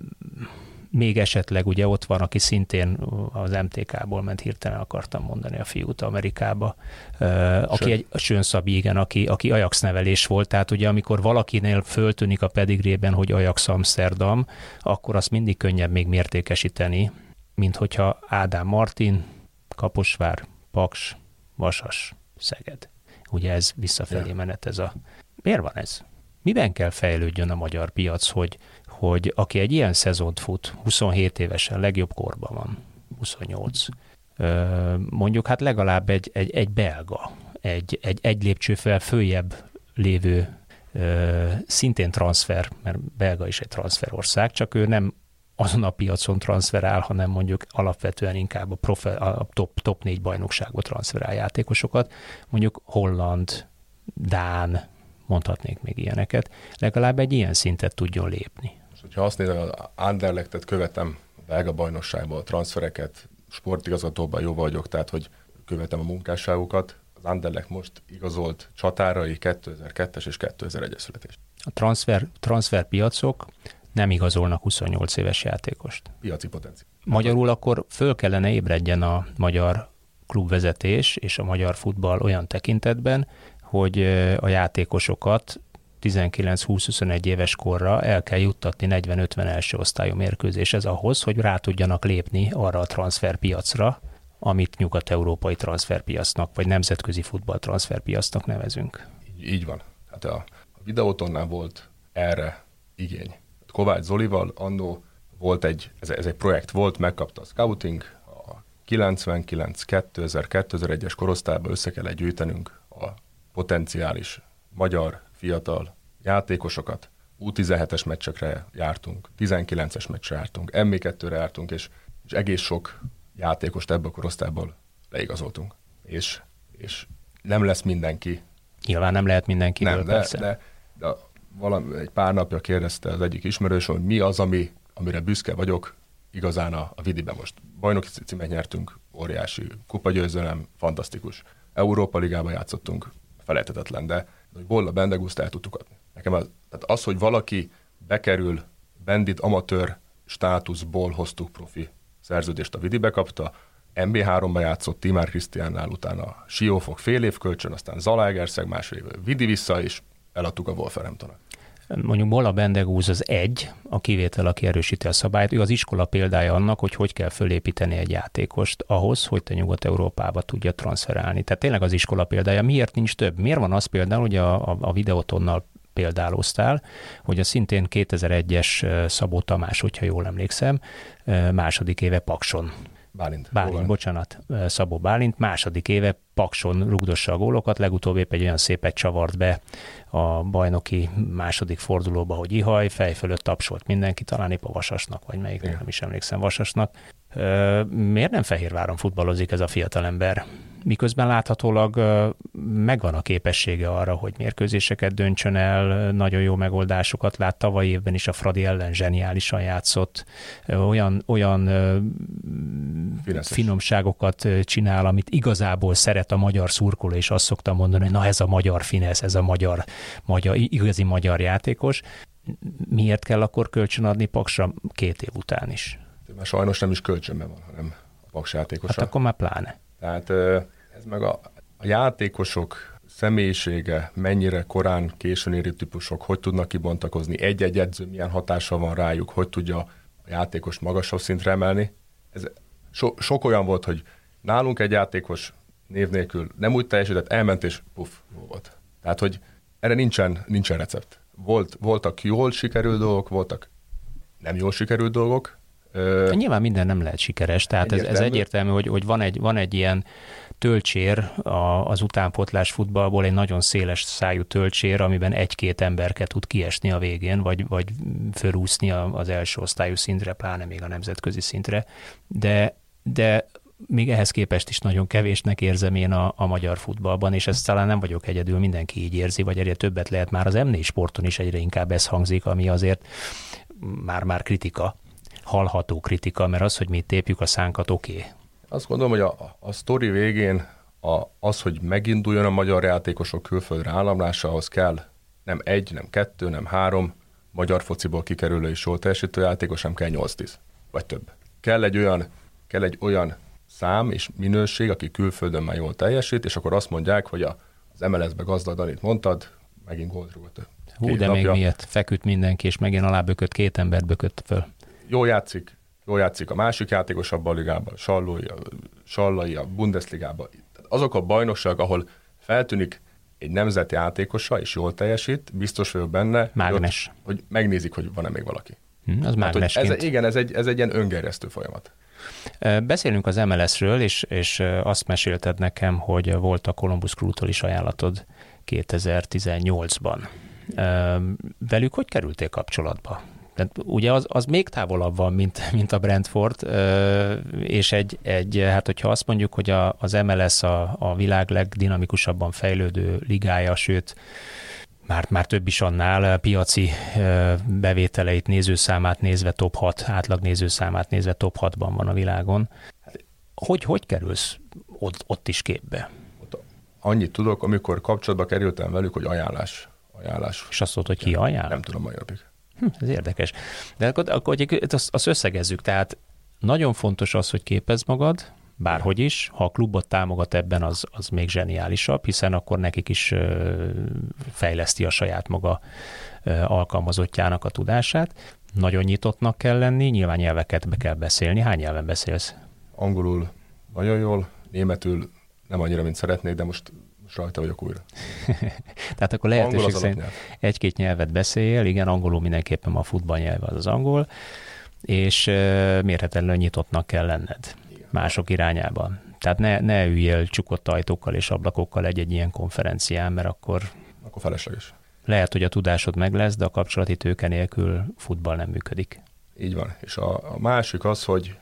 Még esetleg ugye ott van, aki szintén az MTK-ból ment, hirtelen akartam mondani a fiút Amerikába, aki egy Sön Szabi, igen, aki Ajax nevelés volt, tehát ugye amikor valakinél föltűnik a pedigrében, hogy Ajax Amsterdam, akkor azt mindig könnyebb még mértékesíteni, mint hogyha Ádám Martin, Kaposvár, Paks, Vasas, Szeged. Ugye ez visszafelé menet, ez a... Miért van ez? Miben kell fejlődjön a magyar piac, hogy aki egy ilyen szezont fut, 27 évesen, legjobb korban van, 28, mondjuk hát legalább egy belga, egy lépcsővel följebb lévő szintén transfer, mert belga is egy transferország, csak ő nem azon a piacon transferál, hanem mondjuk alapvetően inkább a top 4 bajnokságba transferál játékosokat, mondjuk holland, dán, mondhatnék még ilyeneket, legalább egy ilyen szintet tudjon lépni. Most, hogyha azt nézem, az Anderlechtet követem a belga bajnokságban, a transfereket, sportigazgatóban jó vagyok, tehát hogy követem a munkásságukat. Az Anderlecht most igazolt csatárai 2002-es és 2001-es születés. A transferpiacok nem igazolnak 28 éves játékost. Piaci potenciál. Magyarul akkor föl kellene ébredjen a magyar klubvezetés és a magyar futball olyan tekintetben, hogy a játékosokat 19-20-21 éves korra el kell juttatni 40-50 első osztályú mérkőzéshez ahhoz, hogy rá tudjanak lépni arra a transferpiacra, amit nyugat-európai transferpiacnak, vagy nemzetközi futball transferpiacnak nevezünk. Így van. Hát a Videótonnál volt erre igény. Kovács Zolival annó volt ez egy projekt volt, megkapta a scouting, a 99-2000-2001-es korosztályban össze kell gyűjtenünk a potenciális magyar fiatal játékosokat. U17-es meccsekre jártunk, 19-es meccsre jártunk, MB2-re jártunk, és egész sok játékost ebből a korosztályból leigazoltunk. És nem lesz mindenki. Nyilván nem lehet mindenkiből, nem, persze. De egy pár napja kérdezte az egyik ismerős, hogy mi az, amire büszke vagyok igazán a Vidiben. Most bajnoki címet nyertünk, óriási kupagyőzelem, fantasztikus. Európa Ligában játszottunk, felejthetetlen, de hogy Bolla Bendegúzt el tudtuk adni. Nekem tehát az, hogy valaki bekerül bandit amatőr státuszból hoztuk profi szerződést, a Vidibe kapta, MB3-ba játszott Timár Krisztiánnál, utána Siófok fél év kölcsön, aztán Zalaegerszeg másfél év, Vidi vissza, és eladtuk a Wolverhamptonnak. Mondjuk Bolla Bendegúz az a kivétel, aki erősíti a szabályt. Ő az iskola példája annak, hogy kell fölépíteni egy játékost ahhoz, hogy te Nyugat-Európába tudja transferálni. Tehát tényleg az iskola példája. Miért nincs több? Miért van az például, hogy a Videótonnal példáloztál, hogy a szintén 2001-es Szabó Tamás, hogyha jól emlékszem, második éve Pakson. Bálint, bocsánat, Szabó Bálint, második éve Pakson rugdossa a gólokat, legutóbb épp egy olyan szépet csavart be a bajnoki második fordulóba, hogy ihaj, fej fölött tapsolt mindenki, talán épp a Vasasnak, vagy melyiknek, nem is emlékszem, Vasasnak. Miért nem Fehérváron futballozik ez a fiatalember? Miközben láthatólag megvan a képessége arra, hogy mérkőzéseket döntsön el, nagyon jó megoldásokat lát, tavaly évben is a Fradi ellen zseniálisan játszott, olyan finomságokat csinál, amit igazából szeret a magyar szurkoló, és azt szoktam mondani, hogy na ez a magyar finesz, ez a igazi magyar játékos. Miért kell akkor kölcsönadni Paksra 2 év után is? Már sajnos nem is kölcsönben van, hanem a Paks játékosa. Hát akkor már pláne. Tehát Ez meg a játékosok személyisége, mennyire korán, későn éri típusok, hogy tudnak kibontakozni, egy-egy edző milyen hatása van rájuk, hogy tudja a játékos magasabb szintre emelni. Ez sok olyan volt, hogy nálunk egy játékos név nélkül nem úgy teljesített, elment és puff, jó volt. Tehát, hogy erre nincsen recept. Voltak jól sikerült dolgok, voltak nem jól sikerült dolgok. Nyilván minden nem lehet sikeres, tehát ez egyértelmű, hogy van egy ilyen töltsér az utánpótlás futballból, egy nagyon széles szájú töltsér, amiben egy-két emberke tud kiesni a végén, vagy fölúszni az első osztályú szintre, pláne még a nemzetközi szintre, de még ehhez képest is nagyon kevésnek érzem én a magyar futballban, és ezt talán nem vagyok egyedül, mindenki így érzi, vagy egyre többet lehet, már az M4 sporton is egyre inkább ez hangzik, ami azért már kritika, hallható kritika, mert az, hogy mi tépjük a szánkat, oké. Azt gondolom, hogy a sztori végén az, hogy meginduljon a magyar játékosok külföldre államlása, ahhoz kell nem 1, nem 2, nem 3 magyar fociból kikerülő és jól teljesítő játékos, nem kell 8-10, vagy több. Kell egy olyan szám és minőség, aki külföldön már jól teljesít, és akkor azt mondják, hogy az MLS-be Gazdag Danit mondtad, megint gólt rúgott. Hú, de még miért? Feküdt mindenki, és megint alábökött, 2 embert bökött föl. Jól játszik a másik játékos abban a ligában, Sallai a Bundesligában. Azok a bajnokságok, ahol feltűnik egy nemzeti játékosa, és jól teljesít, biztos vagyok benne, hogy megnézik, hogy van-e még valaki. Az mágnesként. Igen, ez egy ilyen öngerjesztő folyamat. Beszélünk az MLS-ről, és azt mesélted nekem, hogy volt a Columbus Crew-tól is ajánlatod 2018-ban. Velük hogy kerültél kapcsolatba? Tehát ugye az még távolabb van, mint a Brentford, és hát hogyha azt mondjuk, hogy az MLS a világ legdinamikusabban fejlődő ligája, sőt, már több is annál, piaci bevételeit, nézőszámát nézve top 6, átlag nézőszámát nézve top 6-ban van a világon. Hogy kerülsz ott is képbe? Annyit tudok, amikor kapcsolatba kerültem velük, hogy ajánlás. És azt mondod, hogy ki ajánl? Nem tudom mai napig. Ez érdekes. De akkor azt összegezzük. Tehát nagyon fontos az, hogy képezd magad, bárhogy is. Ha a klubot támogat ebben, az még zseniálisabb, hiszen akkor nekik is fejleszti a saját maga alkalmazottjának a tudását. Nagyon nyitottnak kell lenni, nyilván nyelveket be kell beszélni. Hány nyelven beszélsz? Angolul nagyon jól, németül nem annyira, mint szeretnék, de most rajta vagyok újra. Tehát akkor lehetőség szerint egy-két nyelvet beszéljél, igen, angolul mindenképpen a futballnyelv az angol, és mérhetetlenül nyitottnak kell lenned mások irányában. Tehát ne üljél csukott ajtókkal és ablakokkal egy ilyen konferencián, mert akkor felesleges. Lehet, hogy a tudásod meg lesz, de a kapcsolati tőke nélkül futball nem működik. Így van. És a másik az, hogy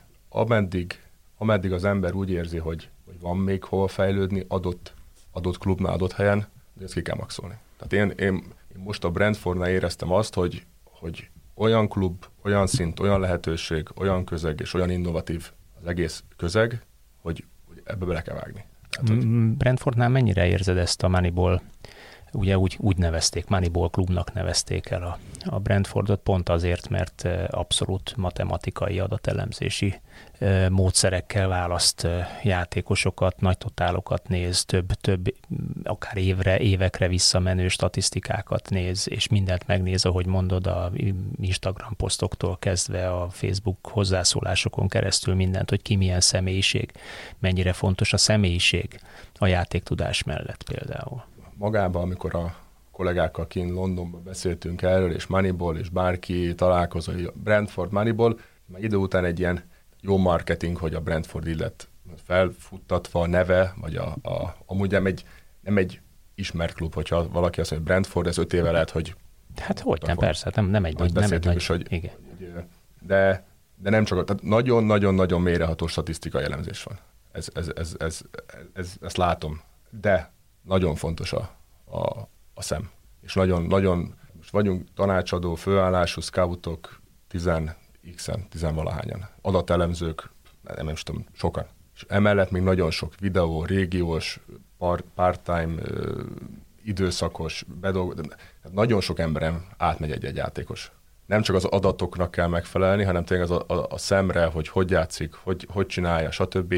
ameddig az ember úgy érzi, hogy van még hol fejlődni adott klubnál, adott helyen, de ezt ki kell maxolni. Tehát én most a Brentfordnál éreztem azt, hogy olyan klub, olyan szint, olyan lehetőség, olyan közeg és olyan innovatív az egész közeg, hogy ebbe bele kell vágni. Tehát, Brentfordnál mennyire érzed ezt a Moneyball? Ugye úgy nevezték, Moneyball klubnak nevezték el a Brentfordot, pont azért, mert abszolút matematikai adatelemzési módszerekkel választ játékosokat, nagy totálokat néz, több akár évekre visszamenő statisztikákat néz, és mindent megnéz, ahogy mondod, a Instagram posztoktól kezdve a Facebook hozzászólásokon keresztül mindent, hogy ki milyen személyiség, mennyire fontos a személyiség a játéktudás mellett például. Magában, amikor a kollégákkal kint Londonban beszéltünk erről, és Moneyball, és bárki találkozó, hogy Brentford Moneyball, meg idő után egy ilyen jó marketing, hogy a Brentford illet felfuttatva a neve, vagy amúgy nem egy ismert klub, hogyha valaki azt mondja, hogy Brentford, ez 5 éve lehet, hogy... Hát hogy nem, persze, nem egy nagy... Is, hogy, de nem csak, tehát nagyon-nagyon-nagyon mélyreható statisztikai elemzés van. Ezt látom. De nagyon fontos a szem. És nagyon, most vagyunk tanácsadó, főállású scoutok 10-valahányan. Adatelemzők, nem tudom, sokan. És emellett még nagyon sok videó, régiós, part-time, időszakos, nagyon sok emberem átmegy egy játékos. Nem csak az adatoknak kell megfelelni, hanem tényleg a szemre, hogy játszik, hogy csinálja, stb.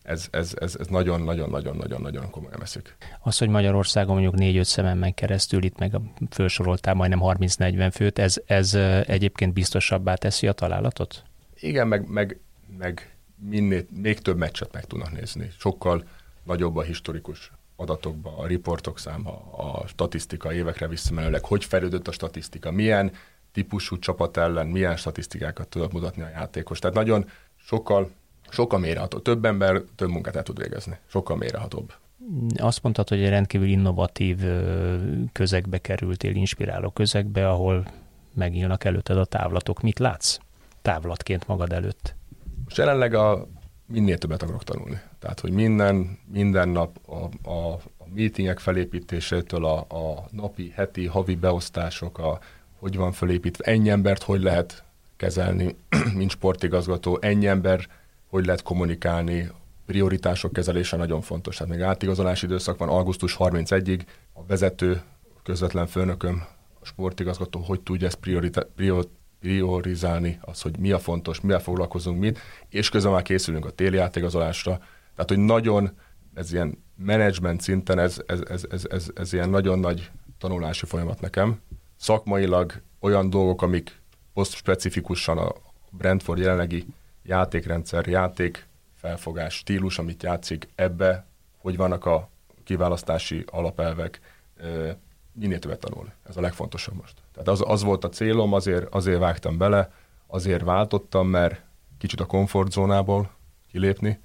ez nagyon-nagyon-nagyon-nagyon komolyan veszik. Az, hogy Magyarországon mondjuk 4-5 szememben keresztül, itt meg felsoroltál majdnem 30-40 főt, ez egyébként biztosabbá teszi a találatot? Igen, meg még több meccset meg tudnak nézni. Sokkal nagyobb a historikus adatokban, a riportok száma, a statisztika évekre visszamenőleg, hogy fejlődött a statisztika, milyen típusú csapat ellen, milyen statisztikákat tudok mutatni a játékos. Tehát nagyon sokkal mélyreható. Több ember több munkát el tud végezni. Sokkal mélyrehatóbb. Azt mondtad, hogy egy rendkívül innovatív közegbe kerültél, inspiráló közegbe, ahol megnyílnak előtted a távlatok. Mit látsz távlatként magad előtt? Most jelenleg minél többet akarok tanulni. Tehát, hogy minden nap a meetingek felépítésétől a napi, heti, havi beosztások, hogy van felépítve, ennyi embert hogy lehet kezelni, mint sportigazgató, ennyi ember hogy lehet kommunikálni, prioritások kezelése nagyon fontos. Tehát még átigazolási időszak van, augusztus 31-ig, a vezető, közvetlen főnököm, a sportigazgató, hogy tudja ezt priorizálni, az, hogy mi a fontos, mivel foglalkozunk mit, és közben már készülünk a téli átigazolásra. Tehát, hogy nagyon, ez ilyen menedzsment szinten, ez ilyen nagyon nagy tanulási folyamat nekem. Szakmailag olyan dolgok, amik specifikusan a Brentford jelenlegi játékrendszer, játékfelfogás, stílus, amit játszik ebbe, hogy vannak a kiválasztási alapelvek, minél többet tanulni. Ez a legfontosabb most. Tehát az volt a célom, azért vágtam bele, azért váltottam, mert kicsit a komfortzónából kilépni,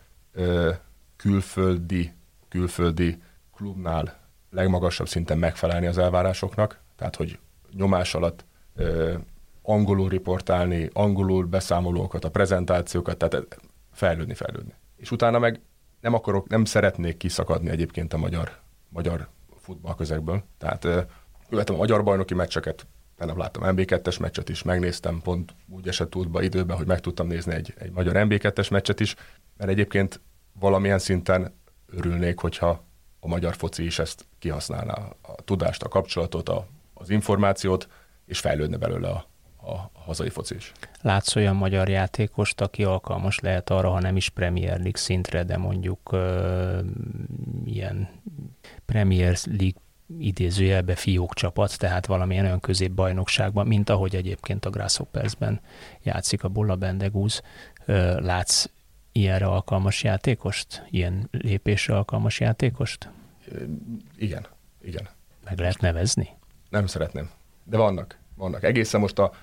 külföldi klubnál legmagasabb szinten megfelelni az elvárásoknak, tehát hogy nyomás alatt angolul riportálni, angolul beszámolókat, a prezentációkat, tehát fejlődni. És utána meg nem szeretnék kiszakadni egyébként a magyar futballközegből. Tehát követem a magyar bajnoki meccseket, nem láttam MB2-es meccset is, megnéztem, pont úgy esett útba időben, hogy meg tudtam nézni egy magyar MB2-es meccset is, mert egyébként valamilyen szinten örülnék, hogyha a magyar foci is ezt kihasználná, a tudást, a kapcsolatot, az információt, és fejlődne belőle a hazai foci is. Látsz olyan magyar játékost, aki alkalmas lehet arra, ha nem is Premier League szintre, de mondjuk ilyen Premier League idézőjelbe fiók csapat, tehát valamilyen olyan középbajnokságban, mint ahogy egyébként a Grasshoppersben játszik a Bolla Bendegúz. Látsz ilyenre alkalmas játékost? Ilyen lépésre alkalmas játékost? Igen. Meg lehet nevezni? Nem szeretném, de vannak. Egészen most a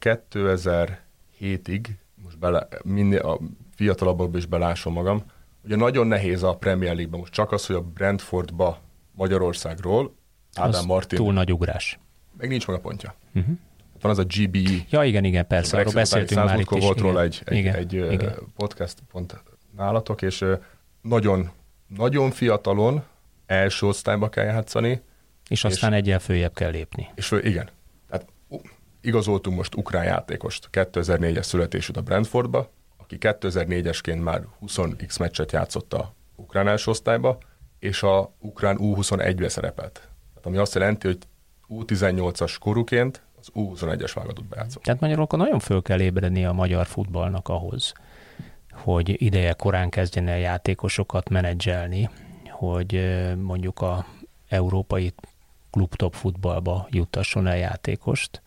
2007-ig, most a fiatalabbakba is belásom magam, ugye nagyon nehéz a Premier League-ben, most csak az, hogy a Brentfordba Magyarországról Ádám Martin... túl nagy ugrás. Meg nincs meg a pontja. Uh-huh. Van az a GBE. Ja, igen, persze, arról beszéltünk már itt is. Volt róla egy podcast pont nálatok, és nagyon, nagyon fiatalon első osztályba kell játszani. És aztán egyel följebb kell lépni. Igen. Tehát igazoltunk most ukrán játékost 2004-es születésű a Brentfordba, aki 2004-esként már 20x meccset játszott a ukrán első osztályba, és a ukrán U21-be szerepelt. Tehát, ami azt jelenti, hogy U18-as korúként az U21-es válogatottba játszott. Tehát magyarul akkor nagyon föl kell ébredni a magyar futballnak ahhoz, hogy ideje korán kezdjen el játékosokat menedzselni, hogy mondjuk a európai klubtop futballba juttasson el játékost.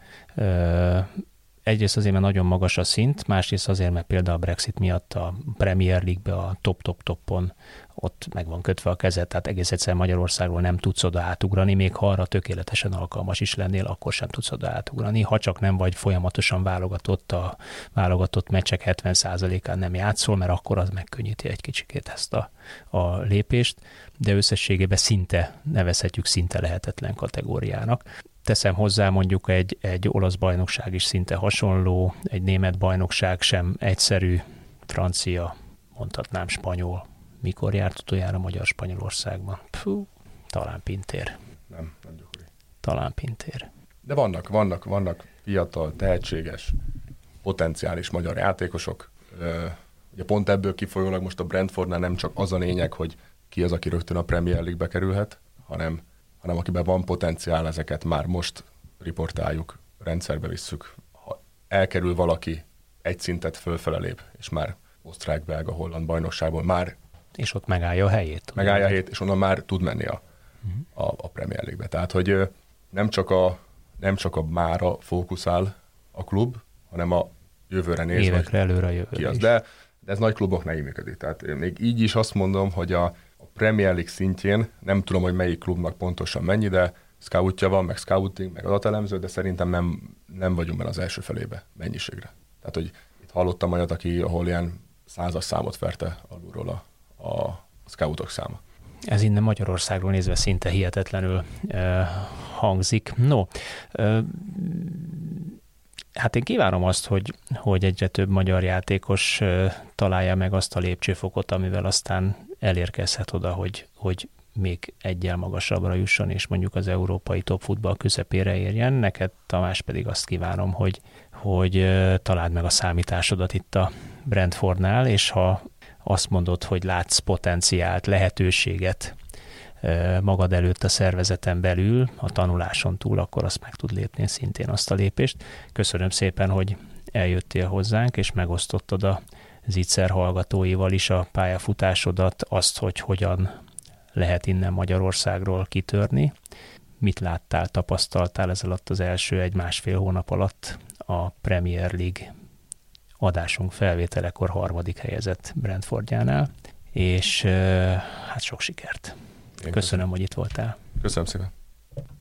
Egyrészt azért, mert nagyon magas a szint, másrészt azért, mert például a Brexit miatt a Premier League-be a top-top-topon ott meg van kötve a kezed, tehát egész egyszer Magyarországról nem tudsz oda átugrani, még ha arra tökéletesen alkalmas is lennél, akkor sem tudsz oda átugrani. Ha csak nem vagy folyamatosan válogatott, a válogatott meccsek 70%-án nem játszol, mert akkor az megkönnyíti egy kicsikét ezt a lépést, de összességében nevezhetjük szinte lehetetlen kategóriának. Teszem hozzá, mondjuk egy olasz bajnokság is szinte hasonló, egy német bajnokság sem egyszerű, francia, mondhatnám spanyol. Mikor járt utoljára Magyar-Spanyolországban? Talán Pintér. Nem gyakori. Talán Pintér. De vannak fiatal, tehetséges, potenciális magyar játékosok. Ugye pont ebből kifolyólag most a Brentfordnál nem csak az a lényeg, hogy ki az, aki rögtön a Premier League-be kerülhet, hanem akiben van potenciál, ezeket már most riportáljuk, rendszerbe visszük. Ha elkerül valaki egy szintet fölfele lép, és már osztrák, belga, holland bajnokságból már És ott megállja a helyét. Megállja a helyét, és onnan már tud menni a Premier League-be. Tehát, hogy nem csak a mára fókuszál a klub, hanem a jövőre nézve. Évekre előre jövőre is. De ez nagy kluboknál így működik. Tehát még így is azt mondom, hogy a Premier League szintjén, nem tudom, hogy melyik klubnak pontosan mennyi, de scoutja van, meg scouting, meg adatelemző, de szerintem nem vagyunk benne az első felébe mennyiségre. Tehát, hogy itt hallottam olyat, ahol ilyen 100-as számot verte alulról a scoutok száma. Ez innen Magyarországról nézve szinte hihetetlenül hangzik. No, hát én kívánom azt, hogy egyre több magyar játékos találja meg azt a lépcsőfokot, amivel aztán elérkezhet oda, hogy még egyel magasabbra jusson, és mondjuk az európai top futball közepére érjen. Neked, Tamás, pedig azt kívánom, hogy találd meg a számításodat itt a Brentfordnál, és ha azt mondod, hogy látsz potenciált, lehetőséget magad előtt a szervezeten belül, a tanuláson túl, akkor azt meg tud lépni szintén azt a lépést. Köszönöm szépen, hogy eljöttél hozzánk, és megosztottad a Zicser hallgatóival is a pályafutásodat, azt, hogy hogyan lehet innen Magyarországról kitörni. Mit láttál, tapasztaltál ez alatt az első 1-1,5 hónap alatt a Premier League adásunk felvételekor 3. helyezett Brentfordjánál, és hát sok sikert. Köszönöm, hogy itt voltál. Köszönöm szépen.